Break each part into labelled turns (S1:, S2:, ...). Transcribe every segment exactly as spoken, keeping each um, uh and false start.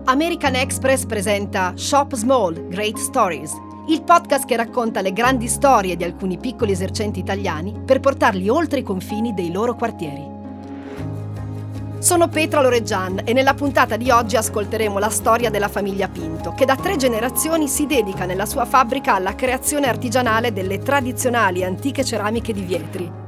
S1: American Express presenta Shop Small, Great Stories, il podcast che racconta le grandi storie di alcuni piccoli esercenti italiani per portarli oltre i confini dei loro quartieri. Sono Petra Loreggian e nella puntata di oggi ascolteremo la storia della famiglia Pinto, che da tre generazioni si dedica nella sua fabbrica alla creazione artigianale delle tradizionali antiche ceramiche di Vietri.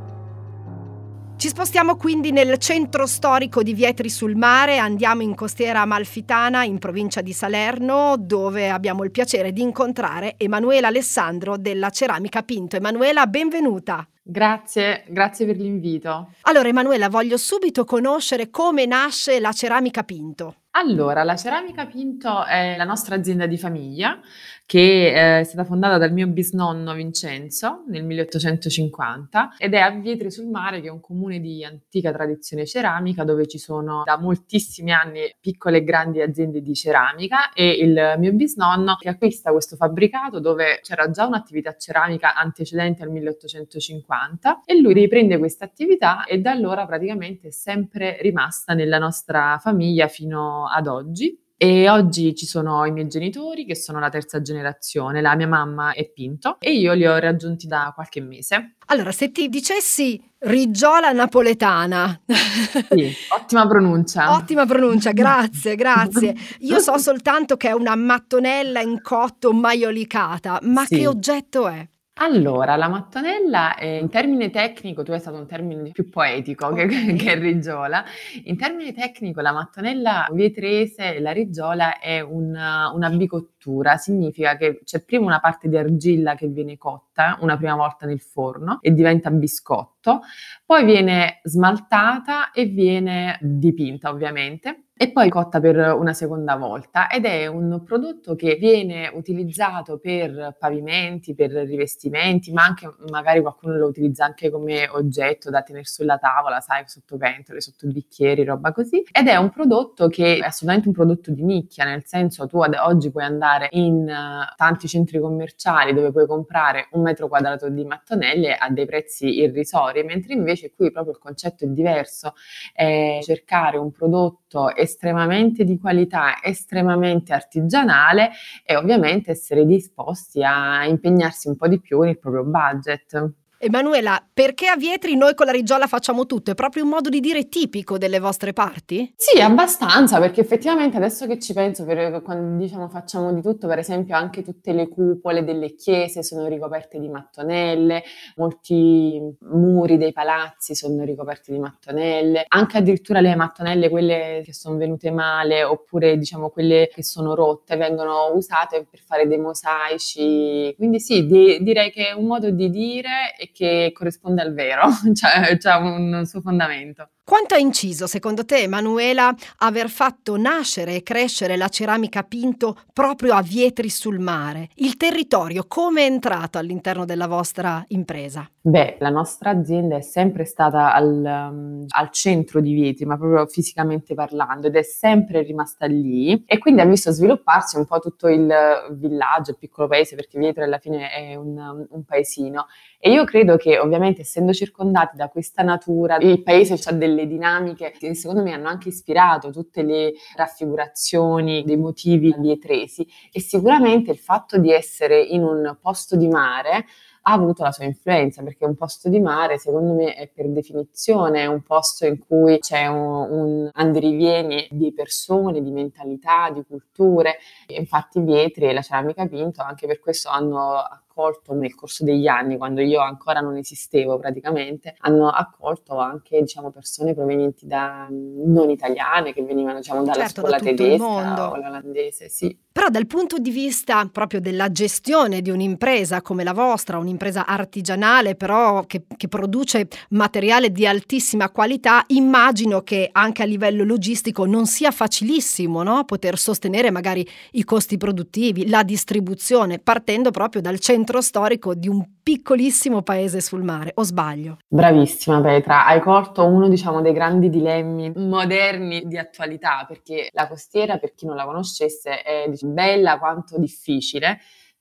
S1: Ci spostiamo quindi nel centro storico di Vietri sul Mare, andiamo in Costiera Amalfitana, in provincia di Salerno, dove abbiamo il piacere di incontrare Emanuela Alessandro della Ceramica Pinto. Emanuela, benvenuta!
S2: Grazie, grazie per l'invito.
S1: Allora Emanuela, voglio subito conoscere come nasce la Ceramica Pinto.
S2: Allora, la Ceramica Pinto è la nostra azienda di famiglia che eh, è stata fondata dal mio bisnonno Vincenzo nel milleottocentocinquanta ed è a Vietri sul Mare, che è un comune di antica tradizione ceramica dove ci sono da moltissimi anni piccole e grandi aziende di ceramica, e il mio bisnonno che acquista questo fabbricato dove c'era già un'attività ceramica antecedente al milleottocentocinquanta e lui riprende questa attività e da allora praticamente è sempre rimasta nella nostra famiglia fino ad oggi. E oggi ci sono i miei genitori che sono la terza generazione, la mia mamma è Pinto e io li ho raggiunti da qualche mese.
S1: Allora, se ti dicessi Riggiola napoletana.
S2: Sì, ottima pronuncia.
S1: Ottima pronuncia, grazie, grazie. Io so soltanto che è una mattonella in cotto maiolicata, ma
S2: Sì.
S1: che oggetto è?
S2: Allora, la mattonella, eh, in termine tecnico, tu hai usato un termine più poetico che,
S1: Ok.
S2: che riggiola. In termine tecnico, la mattonella vietrese, la riggiola, è una, una bicottura. Significa che c'è prima una parte di argilla che viene cotta una prima volta nel forno e diventa biscotto, poi viene smaltata e viene dipinta, ovviamente, e poi cotta per una seconda volta, ed è un prodotto che viene utilizzato per pavimenti, per rivestimenti, ma anche magari qualcuno lo utilizza anche come oggetto da tenere sulla tavola, sai, sotto pentole, sotto bicchieri, roba così. Ed è un prodotto che è assolutamente un prodotto di nicchia, nel senso tu ad oggi puoi andare in uh, tanti centri commerciali dove puoi comprare un metro quadrato di mattonelle a dei prezzi irrisori, mentre invece qui proprio il concetto è diverso, è cercare un prodotto estremamente di qualità, estremamente artigianale e ovviamente essere disposti a impegnarsi un po' di più nel proprio budget.
S1: Emanuela, perché a Vietri noi con la riggiola facciamo tutto? È proprio un modo di dire tipico delle vostre parti?
S2: Sì, abbastanza, perché effettivamente adesso che ci penso, per, quando diciamo facciamo di tutto, per esempio anche tutte le cupole delle chiese sono ricoperte di mattonelle, molti muri dei palazzi sono ricoperti di mattonelle, anche addirittura le mattonelle, quelle che sono venute male, oppure diciamo quelle che sono rotte, vengono usate per fare dei mosaici. Quindi sì, di, direi che è un modo di dire e che corrisponde al vero, cioè c'ha un suo fondamento.
S1: Quanto ha inciso, secondo te, Emanuela, aver fatto nascere e crescere la Ceramica Pinto proprio a Vietri sul Mare? Il territorio come è entrato all'interno della vostra impresa?
S2: Beh, la nostra azienda è sempre stata al, um, al centro di Vietri, ma proprio fisicamente parlando, ed è sempre rimasta lì e quindi ha visto svilupparsi un po' tutto il villaggio, il piccolo paese, perché Vietri alla fine è un, un paesino. E io credo che ovviamente essendo circondati da questa natura, il paese ha delle dinamiche che secondo me hanno anche ispirato tutte le raffigurazioni dei motivi vietresi, e sicuramente il fatto di essere in un posto di mare ha avuto la sua influenza, perché un posto di mare secondo me è per definizione un posto in cui c'è un, un andirivieni di persone, di mentalità, di culture. E infatti Vietri e la Ceramica Pinto anche per questo hanno accolto nel corso degli anni, quando io ancora non esistevo praticamente, hanno accolto anche diciamo persone provenienti da non italiane, che venivano diciamo dalla
S1: Certo,
S2: scuola
S1: da tutto il
S2: tedesca
S1: mondo.
S2: o l'olandese, sì.
S1: Però dal punto di vista proprio della gestione di un'impresa come la vostra, un'impresa artigianale però che, che produce materiale di altissima qualità, immagino che anche a livello logistico non sia facilissimo, no? Poter sostenere magari i costi produttivi, la distribuzione, partendo proprio dal centro storico di un piccolissimo paese sul mare, o sbaglio?
S2: Bravissima Petra, hai colto uno diciamo dei grandi dilemmi moderni di attualità, perché la costiera, per chi non la conoscesse, è diciamo, bella quanto difficile,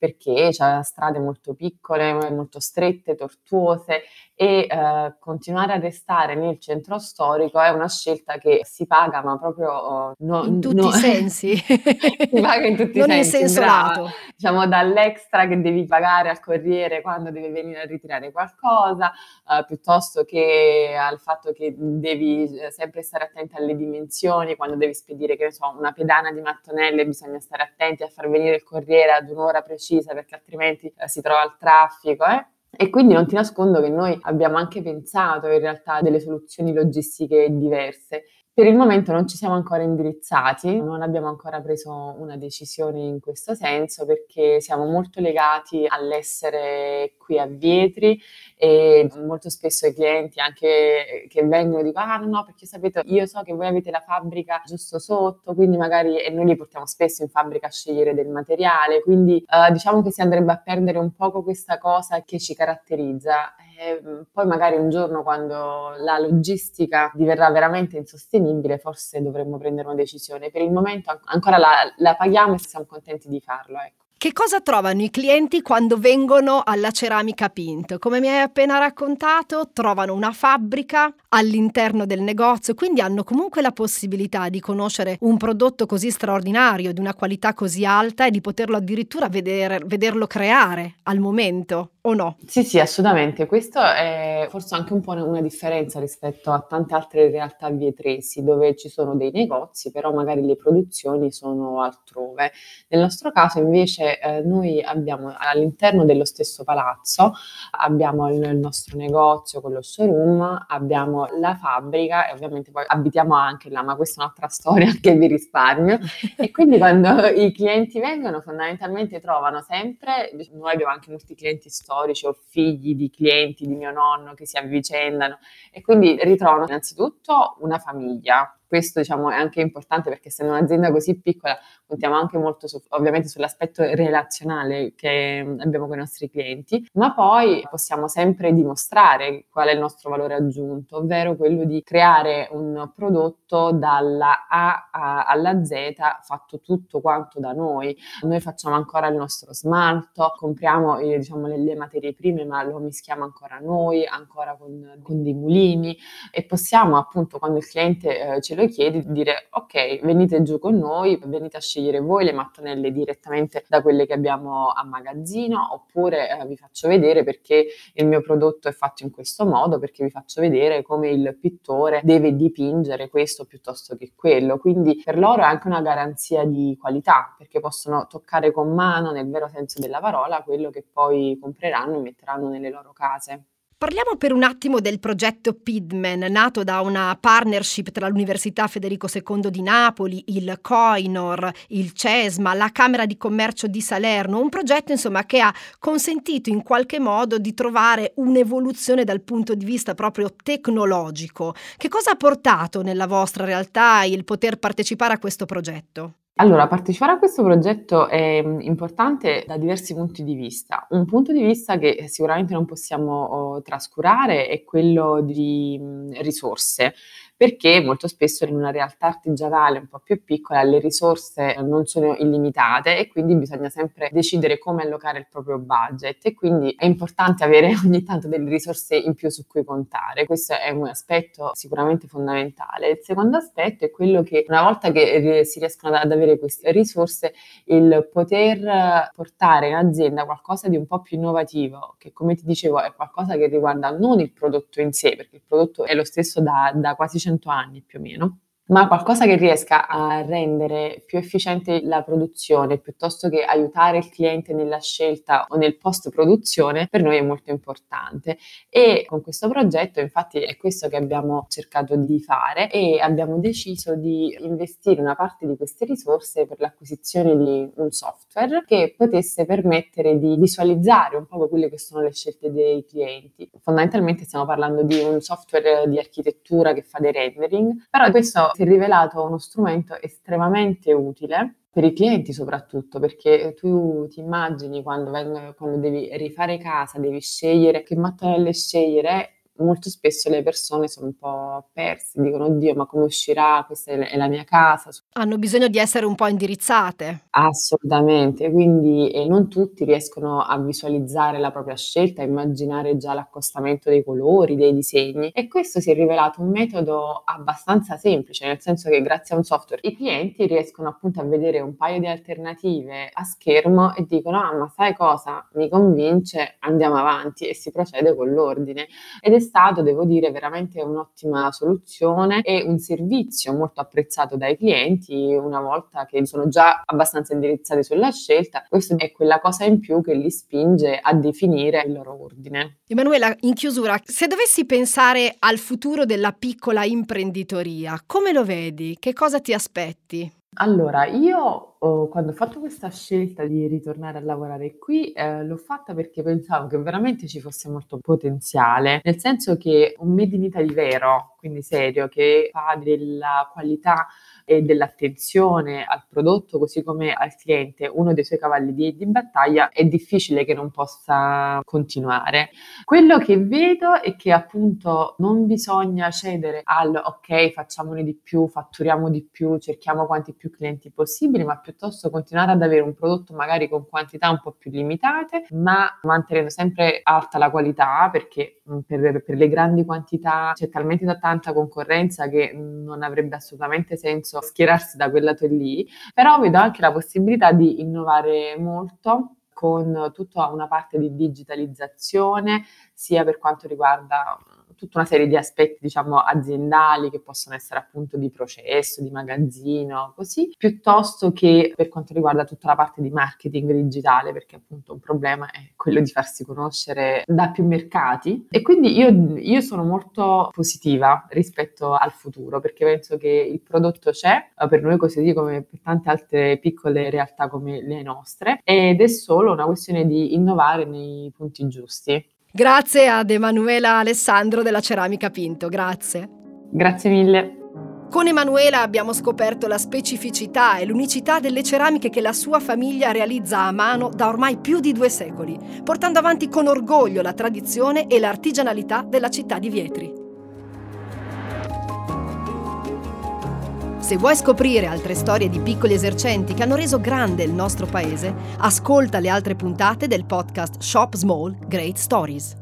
S2: perché c'ha strade molto piccole, molto strette, tortuose e eh, continuare a restare nel centro storico è una scelta che si paga, ma proprio oh, no,
S1: In tutti
S2: no-
S1: i sensi,
S2: si paga in tutti i
S1: non in
S2: sensi,
S1: senso
S2: brava.
S1: lato.
S2: Diciamo dall'extra che devi pagare al corriere quando deve venire a ritirare qualcosa, eh, piuttosto che al fatto che devi eh, sempre stare attenti alle dimensioni, quando devi spedire, che ne so, una pedana di mattonelle, bisogna stare attenti a far venire il corriere ad un'ora precisa perché altrimenti eh, si trova il traffico, eh. E quindi non ti nascondo che noi abbiamo anche pensato in realtà delle soluzioni logistiche diverse. Per il momento non ci siamo ancora indirizzati, non abbiamo ancora preso una decisione in questo senso perché siamo molto legati all'essere qui a Vietri e molto spesso i clienti anche che vengono dicono ah no, no perché sapete io so che voi avete la fabbrica giusto sotto, quindi magari e noi li portiamo spesso in fabbrica a scegliere del materiale, quindi eh, diciamo che si andrebbe a perdere un poco questa cosa che ci caratterizza. E poi magari un giorno quando la logistica diverrà veramente insostenibile forse dovremmo prendere una decisione. Per il momento an- ancora la, la paghiamo e siamo contenti di farlo, ecco.
S1: Che cosa trovano i clienti quando vengono alla Ceramica Pinto? Come mi hai appena raccontato, trovano una fabbrica all'interno del negozio, quindi hanno comunque la possibilità di conoscere un prodotto così straordinario, di una qualità così alta e di poterlo addirittura vedere, vederlo creare al momento, o no?
S2: Sì, sì, assolutamente. Questo è forse anche un po' una differenza rispetto a tante altre realtà vietresi, dove ci sono dei negozi, però magari le produzioni sono altrove. Nel nostro caso invece eh, noi abbiamo all'interno dello stesso palazzo, abbiamo il, il nostro negozio con lo showroom, abbiamo la fabbrica e ovviamente poi abitiamo anche là, ma questa è un'altra storia che vi risparmio. E quindi quando i clienti vengono fondamentalmente trovano sempre, noi abbiamo anche molti clienti storici o figli di clienti di mio nonno che si avvicendano e quindi ritrovano innanzitutto una famiglia. Questo diciamo è anche importante perché essendo un'azienda così piccola contiamo anche molto su, ovviamente sull'aspetto relazionale che abbiamo con i nostri clienti, ma poi possiamo sempre dimostrare qual è il nostro valore aggiunto, ovvero quello di creare un prodotto dalla A a- alla Z fatto tutto quanto da noi. Noi facciamo ancora il nostro smalto, compriamo eh, diciamo, le, le materie prime, ma lo mischiamo ancora noi, ancora con, con dei mulini e possiamo appunto quando il cliente eh, ce lo chiede dire ok, venite giù con noi, venite a scegliere voi le mattonelle direttamente da quelle che abbiamo a magazzino oppure eh, vi faccio vedere perché il mio prodotto è fatto in questo modo, perché vi faccio vedere come il pittore deve dipingere questo piuttosto che quello. Quindi per loro è anche una garanzia di qualità, perché possono toccare con mano, nel vero senso della parola, quello che poi compreranno e metteranno nelle loro case.
S1: Parliamo per un attimo del progetto Pidman, nato da una partnership tra l'Università Federico secondo di Napoli, il Coinor, il CESMA, la Camera di Commercio di Salerno, un progetto insomma che ha consentito in qualche modo di trovare un'evoluzione dal punto di vista proprio tecnologico. Che cosa ha portato nella vostra realtà il poter partecipare a questo progetto?
S2: Allora, partecipare a questo progetto è mh, importante da diversi punti di vista. Un punto di vista che eh, sicuramente non possiamo oh, trascurare è quello di mh, risorse, perché molto spesso in una realtà artigianale un po' più piccola le risorse eh, non sono illimitate e quindi bisogna sempre decidere come allocare il proprio budget e quindi è importante avere ogni tanto delle risorse in più su cui contare. Questo è un aspetto sicuramente fondamentale. Il secondo aspetto è quello che una volta che eh, si riescono ad avere queste risorse, il poter portare in azienda qualcosa di un po' più innovativo, che come ti dicevo è qualcosa che riguarda non il prodotto in sé, perché il prodotto è lo stesso da, da quasi cento anni più o meno, ma qualcosa che riesca a rendere più efficiente la produzione piuttosto che aiutare il cliente nella scelta o nel post produzione, per noi è molto importante. E con questo progetto infatti è questo che abbiamo cercato di fare e abbiamo deciso di investire una parte di queste risorse per l'acquisizione di un software che potesse permettere di visualizzare un po' quelle che sono le scelte dei clienti. Fondamentalmente stiamo parlando di un software di architettura che fa dei rendering, però questo si è rivelato uno strumento estremamente utile per i clienti soprattutto, perché tu ti immagini quando, vengo, quando devi rifare casa, devi scegliere che mattonelle scegliere, molto spesso le persone sono un po' perse, dicono: "Oddio, ma come uscirà? Questa è l è la mia casa".
S1: Hanno bisogno di essere un po' indirizzate.
S2: Assolutamente, quindi e non tutti riescono a visualizzare la propria scelta, a immaginare già l'accostamento dei colori, dei disegni e questo si è rivelato un metodo abbastanza semplice, nel senso che grazie a un software i clienti riescono appunto a vedere un paio di alternative a schermo e dicono: "Ah, ma sai cosa? Mi convince, andiamo avanti" e si procede con l'ordine. Ed è stato, devo dire, veramente un'ottima soluzione e un servizio molto apprezzato dai clienti una volta che sono già abbastanza indirizzati sulla scelta. Questo è quella cosa in più che li spinge a definire il loro ordine.
S1: Emanuela, in chiusura, se dovessi pensare al futuro della piccola imprenditoria, come lo vedi? Che cosa ti aspetti?
S2: Allora, io, uhm, quando ho fatto questa scelta di ritornare a lavorare qui, ehm, l'ho fatta perché pensavo che veramente ci fosse molto potenziale, nel senso che un made in Italy vero, quindi serio, che fa della qualità e dell'attenzione al prodotto, così come al cliente, uno dei suoi cavalli di di battaglia, è difficile che non possa continuare. Quello che vedo è che appunto non bisogna cedere al: "Okay, facciamone di più, fatturiamo di più, cerchiamo quanti più clienti possibili", ma piuttosto continuare ad avere un prodotto magari con quantità un po' più limitate, ma mantenendo sempre alta la qualità, perché, mhmm, per per le grandi quantità c'è talmente da tanta concorrenza che non avrebbe assolutamente senso schierarsi da quel lato lì. Però vedo anche la possibilità di innovare molto con tutta una parte di digitalizzazione, sia per quanto riguarda tutta una serie di aspetti, diciamo, aziendali che possono essere appunto di processo, di magazzino, così, piuttosto che per quanto riguarda tutta la parte di marketing digitale, perché appunto un problema è quello di farsi conoscere da più mercati. E quindi io io sono molto positiva rispetto al futuro, perché penso che il prodotto c'è, per noi così come per tante altre piccole realtà come le nostre, ed è solo una questione di innovare nei punti giusti.
S1: Grazie ad Emanuela Alessandro della Ceramica Pinto, grazie.
S2: Grazie mille.
S1: Con Emanuela abbiamo scoperto la specificità e l'unicità delle ceramiche che la sua famiglia realizza a mano da ormai più di due secoli, portando avanti con orgoglio la tradizione e l'artigianalità della città di Vietri. Se vuoi scoprire altre storie di piccoli esercenti che hanno reso grande il nostro paese, ascolta le altre puntate del podcast Shop Small Great Stories.